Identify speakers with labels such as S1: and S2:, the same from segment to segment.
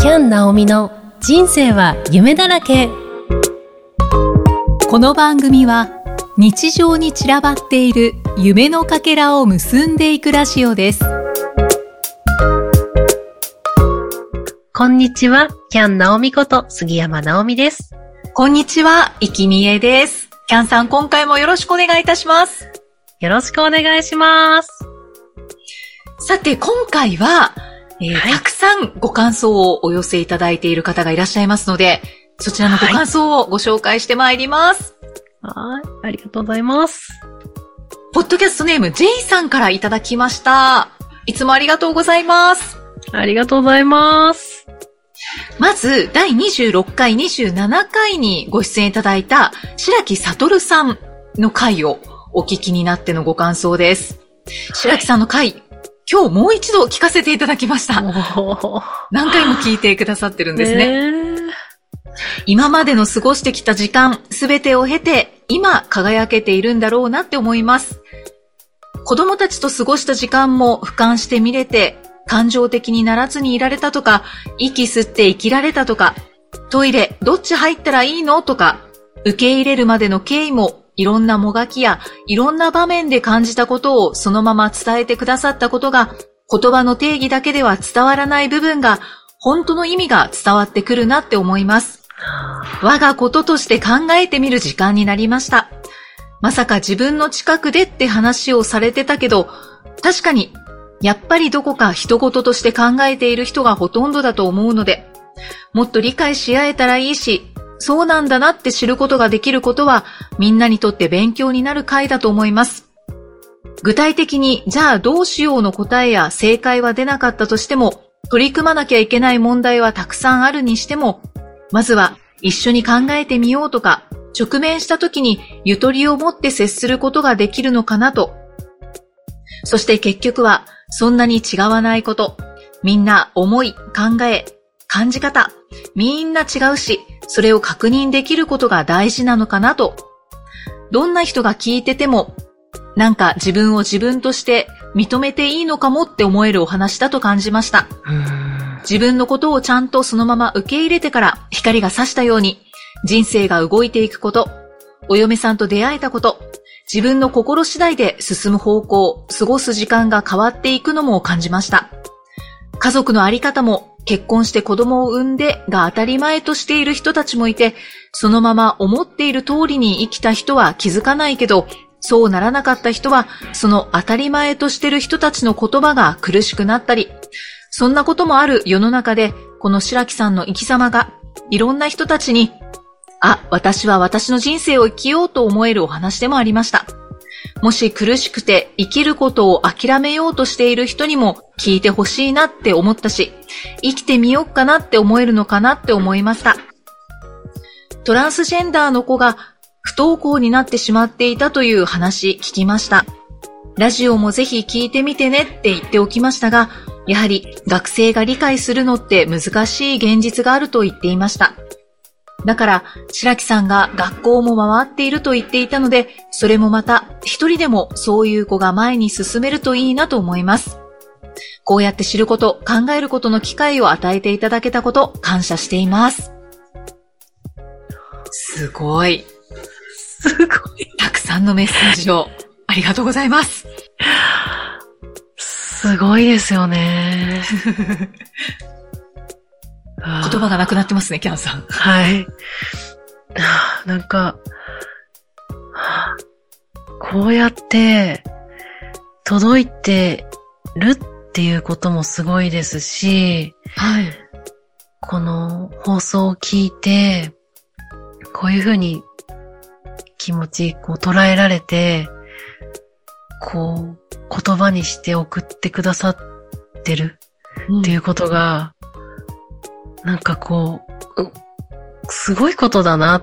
S1: キャン・ナオミの人生は夢だらけ。
S2: この番組は日常に散らばっている夢のかけらを結んでいくラジオです。
S1: こんにちは、キャン・ナオミこと杉山直美です。
S2: こんにちは、生きみえです。キャンさん、今回もよろしくお願いいたします。
S1: よろしくお願いします。
S2: さて、今回は、たくさんご感想をお寄せいただいている方がいらっしゃいますので、そちらのご感想をご紹介してまいります。
S1: はい、ありがとうございます。
S2: ポッドキャストネーム J さんからいただきました。いつもありがとうございます。
S1: ありがとうございます。
S2: まず、第26回、27回にご出演いただいた白木悟さんの回をお聞きになってのご感想です。白木さんの回、今日もう一度聞かせていただきました。何回も聞いてくださってるんですね。今までの過ごしてきた時間、すべてを経て、今輝けているんだろうなって思います。子供たちと過ごした時間も俯瞰して見れて、感情的にならずにいられたとか、息吸って生きられたとか、トイレどっち入ったらいいのとか、受け入れるまでの経緯もいろんなもがきやいろんな場面で感じたことをそのまま伝えてくださったことが、言葉の定義だけでは伝わらない部分が本当の意味が伝わってくるなって思います。我がこととして考えてみる時間になりました。まさか自分の近くでって話をされてたけど、確かにやっぱりどこか人事として考えている人がほとんどだと思うので、もっと理解し合えたらいいし、そうなんだなって知ることができることはみんなにとって勉強になる回だと思います。具体的にじゃあどうしようの答えや正解は出なかったとしても、取り組まなきゃいけない問題はたくさんあるにしても、まずは一緒に考えてみようとか、直面した時にゆとりを持って接することができるのかなと。そして結局はそんなに違わないこと、みんな思い、考え、感じ方、みんな違うし、それを確認できることが大事なのかなと。どんな人が聞いてても、なんか自分を自分として認めていいのかもって思えるお話だと感じました。自分のことをちゃんとそのまま受け入れてから光が差したように、人生が動いていくこと、お嫁さんと出会えたこと、自分の心次第で進む方向、過ごす時間が変わっていくのも感じました。家族のあり方も結婚して子供を産んでが当たり前としている人たちもいて、そのまま思っている通りに生きた人は気づかないけど、そうならなかった人はその当たり前としている人たちの言葉が苦しくなったり、そんなこともある世の中で、この白木さんの生き様がいろんな人たちに、私は私の人生を生きようと思えるお話でもありました。もし苦しくて生きることを諦めようとしている人にも聞いてほしいなって思ったし、生きてみようかなって思えるのかなって思いました。トランスジェンダーの子が不登校になってしまっていたという話聞きました。ラジオもぜひ聞いてみてねって言っておきましたが、やはり学生が理解するのって難しい現実があると言っていました。だから白木さんが学校も回っていると言っていたので、それもまた一人でもそういう子が前に進めるといいなと思います。こうやって知ること、考えることの機会を与えていただけたこと、感謝しています。すごい。たくさんのメッセージをありがとうございます。
S1: すごいですよね。
S2: 言葉がなくなってますね、キャンさん。
S1: はい。なんか、こうやって届いてるっていうこともすごいですし、
S2: はい。
S1: この放送を聞いて、こういうふうに気持ち捉えられて、言葉にして送ってくださってるっていうことが、なんかすごいことだなって、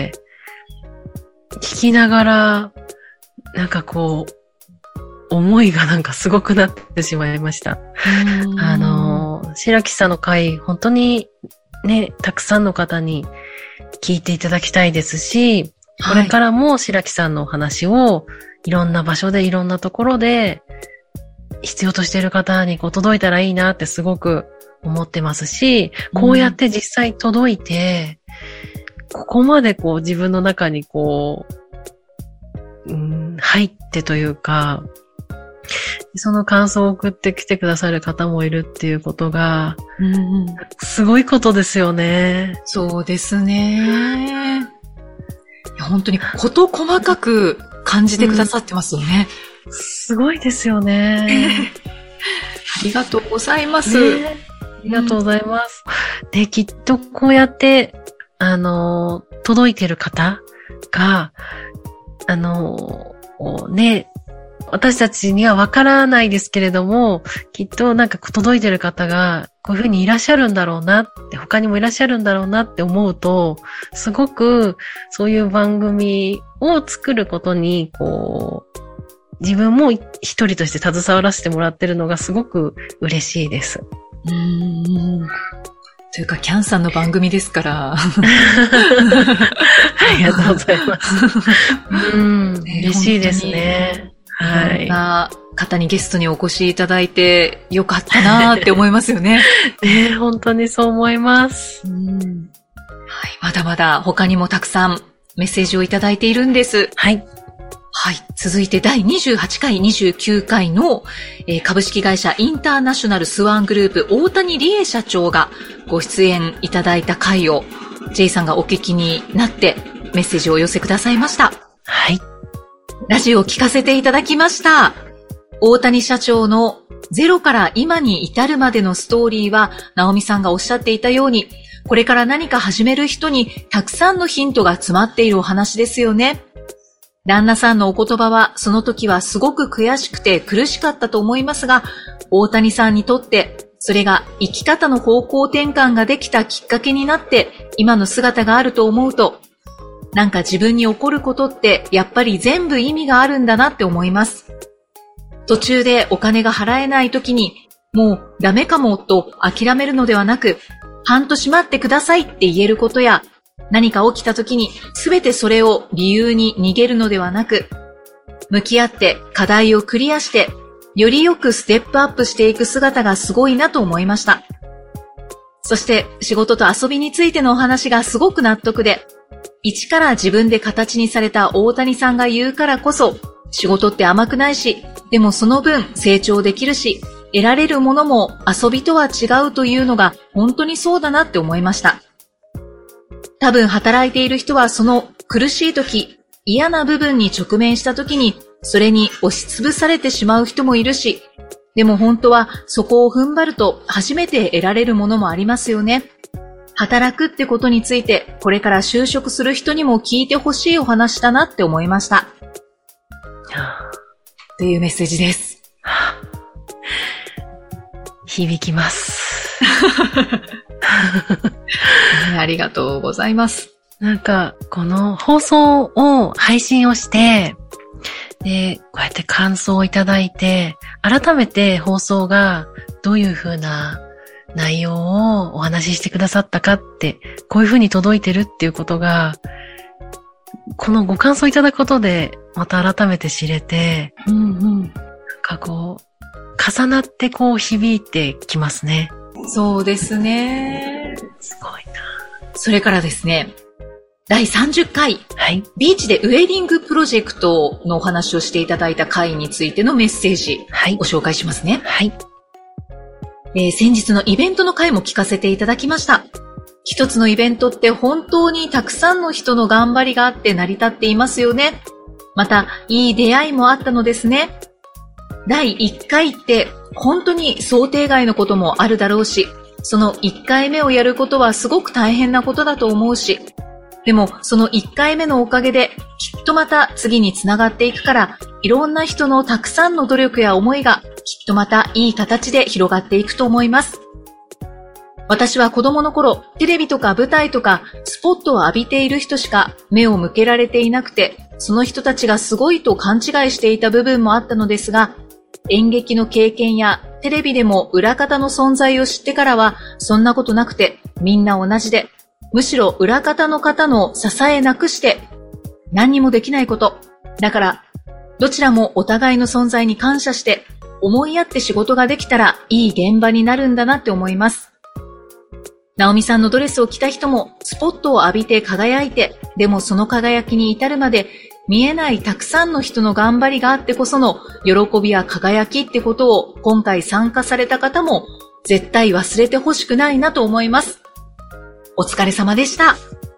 S1: 聞きながら、なんか思いがなんかすごくなってしまいました。白木さんの回、本当にね、たくさんの方に聞いていただきたいですし、これからも白木さんのお話をいろんな場所でいろんなところで必要としている方に届いたらいいなってすごく思ってますし、こうやって実際届いて、ここまでこう自分の中にこう、入ってというか、その感想を送ってきてくださる方もいるっていうことが、すごいことですよね。
S2: そうですね。いや本当に事細かく感じてくださってますよね。
S1: すごいですよね。
S2: ありがとうございます。
S1: ありがとうございます。で、きっとこうやって、届いてる方が、私たちにはわからないですけれども、きっとなんか届いてる方がこういうふうにいらっしゃるんだろうなって、他にもいらっしゃるんだろうなって思うと、すごくそういう番組を作ることに、こう、自分も一人として携わらせてもらってるのがすごく嬉しいです。
S2: というか、キャンさんの番組ですから。あ
S1: りがとうございます。嬉しいですね。はい。
S2: いろんな方にゲストにお越しいただいてよかったなって思いますよね。
S1: 本当にそう思います。
S2: はい。まだまだ他にもたくさんメッセージをいただいているんです。
S1: はい。
S2: はい。続いて第28回、29回の、株式会社インターナショナルスワングループ大谷理恵社長がご出演いただいた回を J さんがお聞きになってメッセージをお寄せくださいました。
S1: はい。
S2: ラジオを聞かせていただきました。大谷社長のゼロから今に至るまでのストーリーは、直美さんがおっしゃっていたように、これから何か始める人にたくさんのヒントが詰まっているお話ですよね。旦那さんのお言葉は、その時はすごく悔しくて苦しかったと思いますが、大谷さんにとって、それが生き方の方向転換ができたきっかけになって、今の姿があると思うと、なんか自分に起こることってやっぱり全部意味があるんだなって思います。途中でお金が払えない時にもうダメかもと諦めるのではなく、半年待ってくださいって言えることや、何か起きた時に全てそれを理由に逃げるのではなく、向き合って課題をクリアしてよりよくステップアップしていく姿がすごいなと思いました。そして仕事と遊びについてのお話がすごく納得で、一から自分で形にされた大谷さんが言うからこそ、仕事って甘くないし、でもその分成長できるし、得られるものも遊びとは違うというのが本当にそうだなって思いました。多分働いている人はその苦しい時、嫌な部分に直面した時に、それに押しつぶされてしまう人もいるし、でも本当はそこを踏ん張ると初めて得られるものもありますよね。働くってことについて、これから就職する人にも聞いてほしいお話だなって思いました。というメッセージです。
S1: 響きます。
S2: ありがとうございます。
S1: なんか、この放送を配信をして、で、こうやって感想をいただいて、改めて放送がどういう風な内容をお話ししてくださったかって、こういう風に届いてるっていうことが、このご感想いただくことで、また改めて知れて、なんかこう、重なってこう響いてきますね。
S2: そうですね。
S1: すごいな。
S2: それからですね、第30回、
S1: はい、
S2: ビーチでウェディングプロジェクトのお話をしていただいた回についてのメッセージ、ご紹介しますね。
S1: はい。
S2: 先日のイベントの回も聞かせていただきました。一つのイベントって本当にたくさんの人の頑張りがあって成り立っていますよね。また、いい出会いもあったのですね。第1回って本当に想定外のこともあるだろうし、その1回目をやることはすごく大変なことだと思うし、でもその1回目のおかげできっとまた次につながっていくから、いろんな人のたくさんの努力や思いがきっとまたいい形で広がっていくと思います。私は子供の頃、テレビとか舞台とかスポットを浴びている人しか目を向けられていなくて、その人たちがすごいと勘違いしていた部分もあったのですが、演劇の経験やテレビでも裏方の存在を知ってからは、そんなことなくてみんな同じで、むしろ裏方の方の支えなくして何にもできないこと。だからどちらもお互いの存在に感謝して思いやって仕事ができたらいい現場になるんだなって思います。 ナオミさんのドレスを着た人もスポットを浴びて輝いて、でもその輝きに至るまで見えないたくさんの人の頑張りがあってこその喜びや輝きってことを今回参加された方も絶対忘れてほしくないなと思います。お疲れ様でした。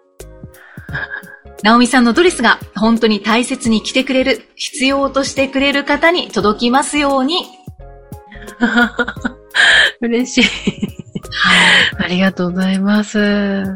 S2: ナオミさんのドレスが本当に大切に着てくれる、必要としてくれる方に届きますように。
S1: 嬉しい。ありがとうございます。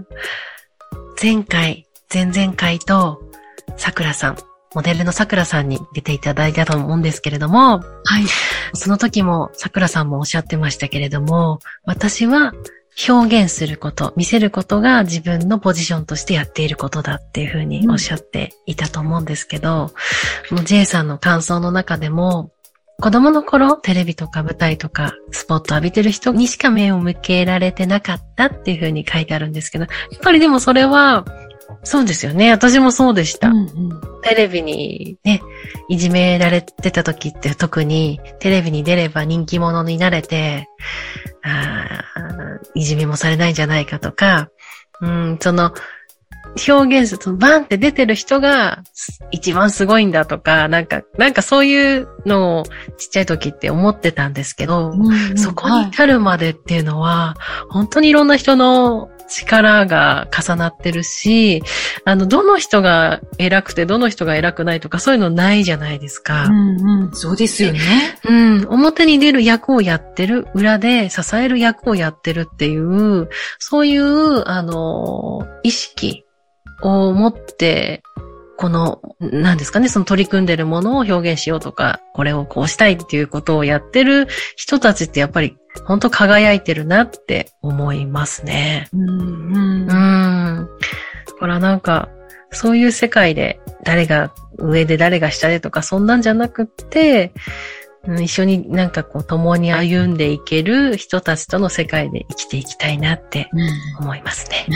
S1: 前回、前々回と、さくらさん、モデルのさくらさんに出ていただいたと思うんですけれども、
S2: はい。
S1: その時もさくらさんもおっしゃってましたけれども、私は表現すること、見せることが自分のポジションとしてやっていることだっていうふうにおっしゃっていたと思うんですけど、J さんの感想の中でも、子供の頃、テレビとか舞台とかスポット浴びてる人にしか目を向けられてなかったっていう風に書いてあるんですけど、やっぱりでもそれは、そうですよね。私もそうでした。テレビにね、いじめられてた時って特にテレビに出れば人気者になれて、いじめもされないんじゃないかとか、その、表現するとバンって出てる人が一番すごいんだとか、なんかそういうのをちっちゃい時って思ってたんですけど、そこに至るまでっていうのは、本当にいろんな人の力が重なってるし、どの人が偉くてどの人が偉くないとかそういうのないじゃないですか。
S2: そうですよね。
S1: 表に出る役をやってる、裏で支える役をやってるっていう、そういう、意識を持って、何ですかね、その取り組んでるものを表現しようとか、これをこうしたいっていうことをやってる人たちってやっぱり本当輝いてるなって思いますね。だからなんか、そういう世界で誰が上で誰が下でとかそんなんじゃなくって、一緒になんか共に歩んでいける人たちとの世界で生きていきたいなって思いますね。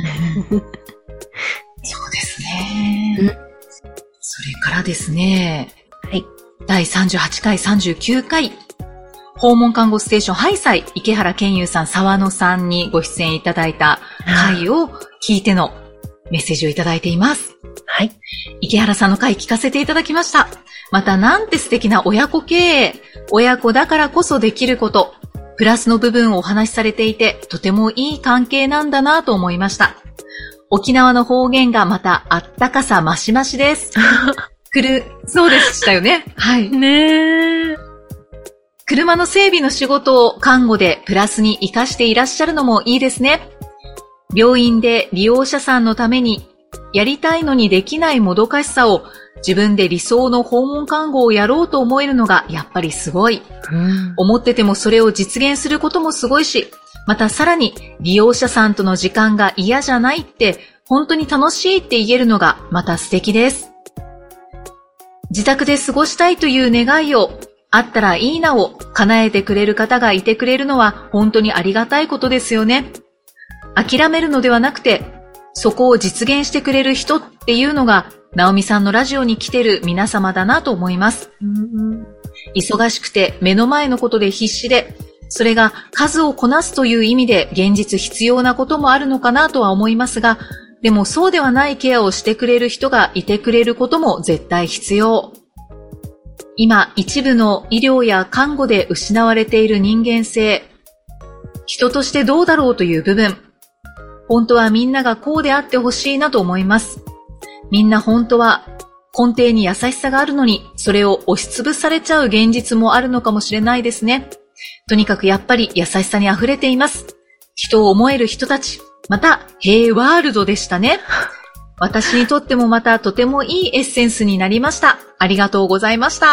S2: そうですね。それからですね。はい。第38回、39回、訪問看護ステーションハイサイ、池原健優さん、沢野さんにご出演いただいた回を聞いてのメッセージをいただいています。はい。池原さんの回聞かせていただきました。またなんて素敵な親子経営、親子だからこそできること、プラスの部分をお話しされていて、とてもいい関係なんだなと思いました。沖縄の方言がまたあったかさ増し増しです。そうでしたよね。はい。ねえ。車の整備の仕事を看護でプラスに活かしていらっしゃるのもいいですね。病院で利用者さんのためにやりたいのにできないもどかしさを自分で理想の訪問看護をやろうと思えるのがやっぱりすごい。思っててもそれを実現することもすごいし、またさらに利用者さんとの時間が嫌じゃないって本当に楽しいって言えるのがまた素敵です。自宅で過ごしたいという願いをあったらいいなを叶えてくれる方がいてくれるのは本当にありがたいことですよね。諦めるのではなくてそこを実現してくれる人っていうのがナオミさんのラジオに来てる皆様だなと思います。忙しくて目の前のことで必死でそれが数をこなすという意味で現実必要なこともあるのかなとは思いますが、でもそうではないケアをしてくれる人がいてくれることも絶対必要。今一部の医療や看護で失われている人間性、人としてどうだろうという部分、本当はみんながこうであってほしいなと思います。みんな本当は根底に優しさがあるのに、それを押しつぶされちゃう現実もあるのかもしれないですね。とにかくやっぱり優しさに溢れています。人を思える人たち、また平ワールドでしたね。私にとってもまたとてもいいエッセンスになりました。ありがとうございました。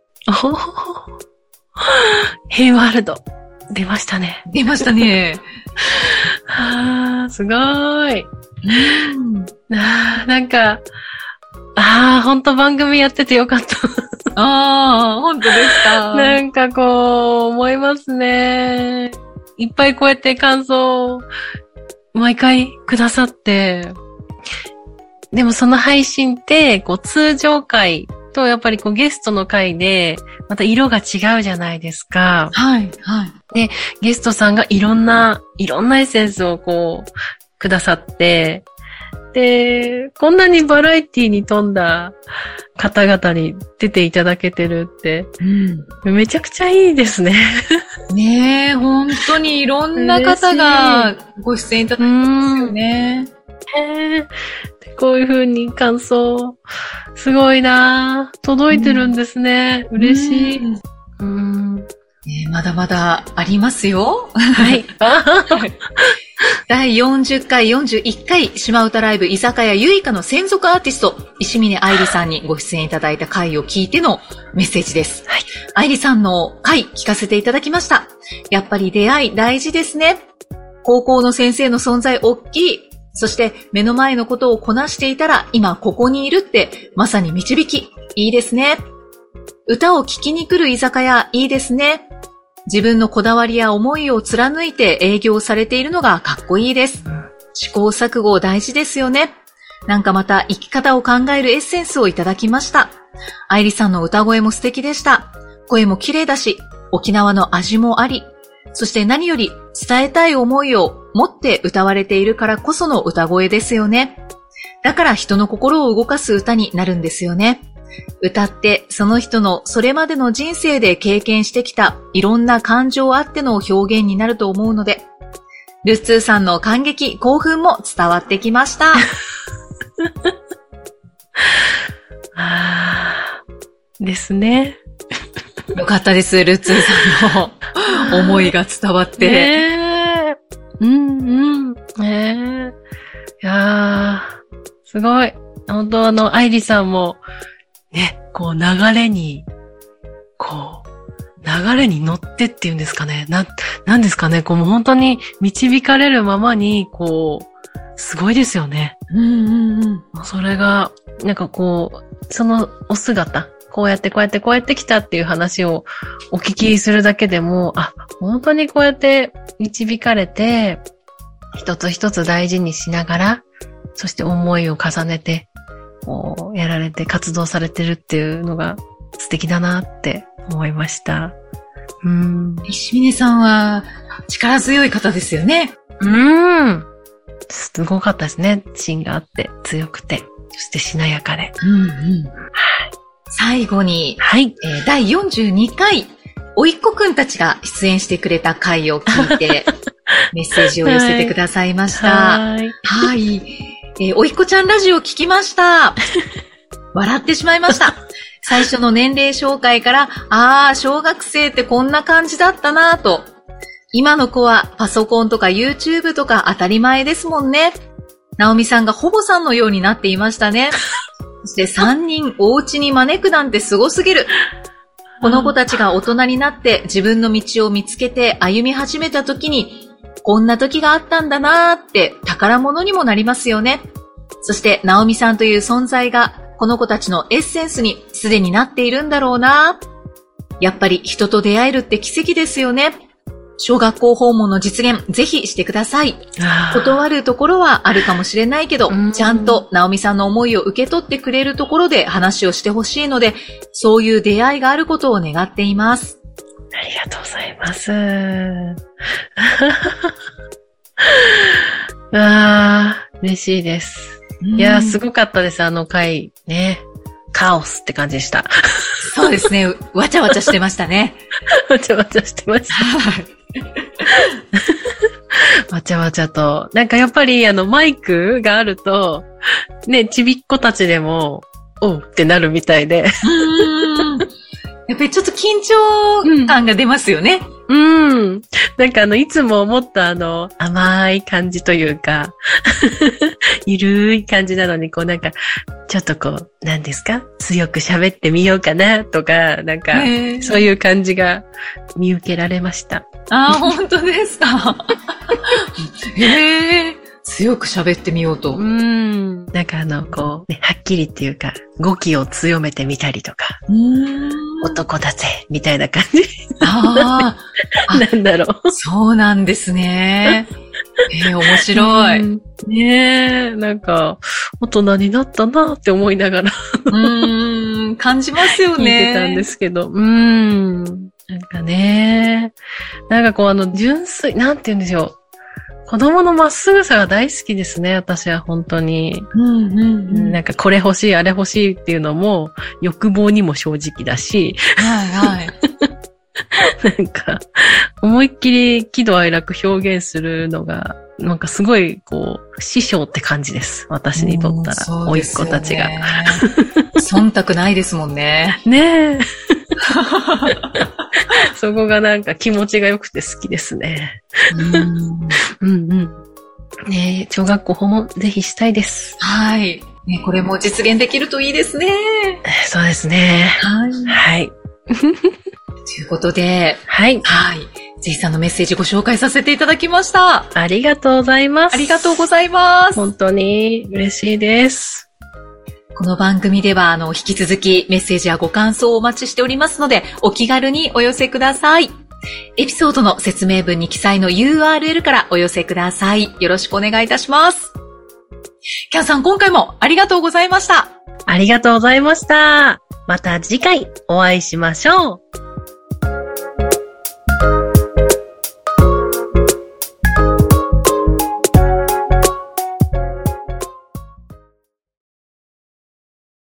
S1: 平ワールド。出ましたね。
S2: 出ましたね。
S1: すごーい。なんか、本当番組やっててよかった。
S2: 本当ですか。
S1: なんかこう、思いますね。いっぱいこうやって感想を毎回くださって、でもその配信って、通常回と、やっぱりこうゲストの回で、また色が違うじゃないですか。
S2: はい、はい。
S1: で、ゲストさんがいろんなエッセンスをこう、くださって、で、こんなにバラエティに富んだ方々に出ていただけてるって、めちゃくちゃいいですね。
S2: ねえ、本当にいろんな方がご出演いただいてますよね。
S1: こういう風に感想、すごいなぁ。届いてるんですね。嬉しい。
S2: まだまだありますよ。
S1: はい。
S2: 第40回、41回、島唄ライブ居酒屋ゆいかの専属アーティスト、石峰愛理さんにご出演いただいた回を聞いてのメッセージです。はい。愛理さんの回聞かせていただきました。やっぱり出会い大事ですね。高校の先生の存在大きい。そして目の前のことをこなしていたら今ここにいるってまさに導き。いいですね。歌を聴きに来る居酒屋いいですね。自分のこだわりや思いを貫いて営業されているのがかっこいいです。試行錯誤大事ですよね。なんかまた生き方を考えるエッセンスをいただきました。愛理さんの歌声も素敵でした。声も綺麗だし、沖縄の味もあり、そして何より伝えたい思いを持って歌われているからこその歌声ですよね。だから人の心を動かす歌になるんですよね。歌ってその人のそれまでの人生で経験してきたいろんな感情あっての表現になると思うので、ルッツーさんの感激、興奮も伝わってきました。
S1: ですね。
S2: よかったです、ルッツーさんの思いが伝わって。
S1: いやー、すごい。本当愛理さんも、ね、こう流れに乗ってっていうんですかね。なんですかね。こうもう本当に導かれるままに、こう、すごいですよね。それが、なんかこう、そのお姿、こうやって来たっていう話をお聞きするだけでも、本当にこうやって導かれて、一つ一つ大事にしながら、そして思いを重ねて、こうやられて活動されてるっていうのが素敵だなって思いました。
S2: 石峰さんは力強い方ですよね。
S1: すごかったですね。芯があって強くて、そしてしなやかで。
S2: 最後に、
S1: はい。
S2: 第42回、おいっ子くんたちが出演してくれた回を聞いて、メッセージを寄せてくださいました。はい。おいっ子ちゃんラジオ聞きました。笑ってしまいました。最初の年齢紹介から、小学生ってこんな感じだったなぁと。今の子はパソコンとか YouTube とか当たり前ですもんね。ナオミさんがほぼさんのようになっていましたね。そして3人お家に招くなんてすごすぎる。この子たちが大人になって自分の道を見つけて歩み始めた時に、こんな時があったんだなーって宝物にもなりますよね。そしてナオミさんという存在がこの子たちのエッセンスにすでになっているんだろうな。やっぱり人と出会えるって奇跡ですよね。小学校訪問の実現ぜひしてください。断るところはあるかもしれないけど、ちゃんとナオミさんの思いを受け取ってくれるところで話をしてほしいので、そういう出会いがあることを願っています。
S1: ありがとうございます。嬉しいです。いや、すごかったです、あの回ね。カオスって感じでした。
S2: そうですね。わちゃわちゃしてましたね。
S1: わちゃわちゃしてました。わちゃわちゃと。なんかやっぱりマイクがあると、ね、ちびっ子たちでも、おうってなるみたいで。
S2: やっぱりちょっと緊張感が出ますよね。
S1: なんかいつも思った甘い感じというか、ゆるい感じなのに、こうなんか、ちょっとこう、何ですか？強く喋ってみようかなとか、なんか、そういう感じが見受けられました。
S2: 本当ですか？強く喋ってみようと。
S1: なんかこう、ね、はっきりっていうか、語気を強めてみたりとか。男だぜみたいな感じ。なんだろう。
S2: そうなんですね。面白い。
S1: ねえ、なんか、大人になったなって思いながら。
S2: 感じますよね。
S1: 聞いてたんですけど。なんかね、なんかこう純粋、なんて言うんでしょう。子供のまっすぐさが大好きですね、私は本当に。なんかこれ欲しい、あれ欲しいっていうのも、欲望にも正直だし。
S2: はいはい。
S1: なんか、思いっきり喜怒哀楽表現するのが、なんかすごい、こう、師匠って感じです。私にとったら、甥っ子たちが。
S2: 忖度ないですもんね。
S1: ねえ。そこがなんか気持ちが良くて好きですね。ねえ、小学校訪問ぜひしたいです。
S2: はい。ね、これも実現できるといいですね。
S1: そうですね。
S2: はい。
S1: はい。
S2: ということで、
S1: はい。
S2: はい。ぜひさんのメッセージご紹介させていただきました。
S1: ありがとうございます。
S2: ありがとうございます。
S1: 本当に嬉しいです。
S2: この番組では、引き続きメッセージやご感想をお待ちしておりますので、お気軽にお寄せください。エピソードの説明文に記載の URL からお寄せください。よろしくお願いいたします。キャンさん、今回もありがとうございました。
S1: ありがとうございました。また次回お会いしましょう。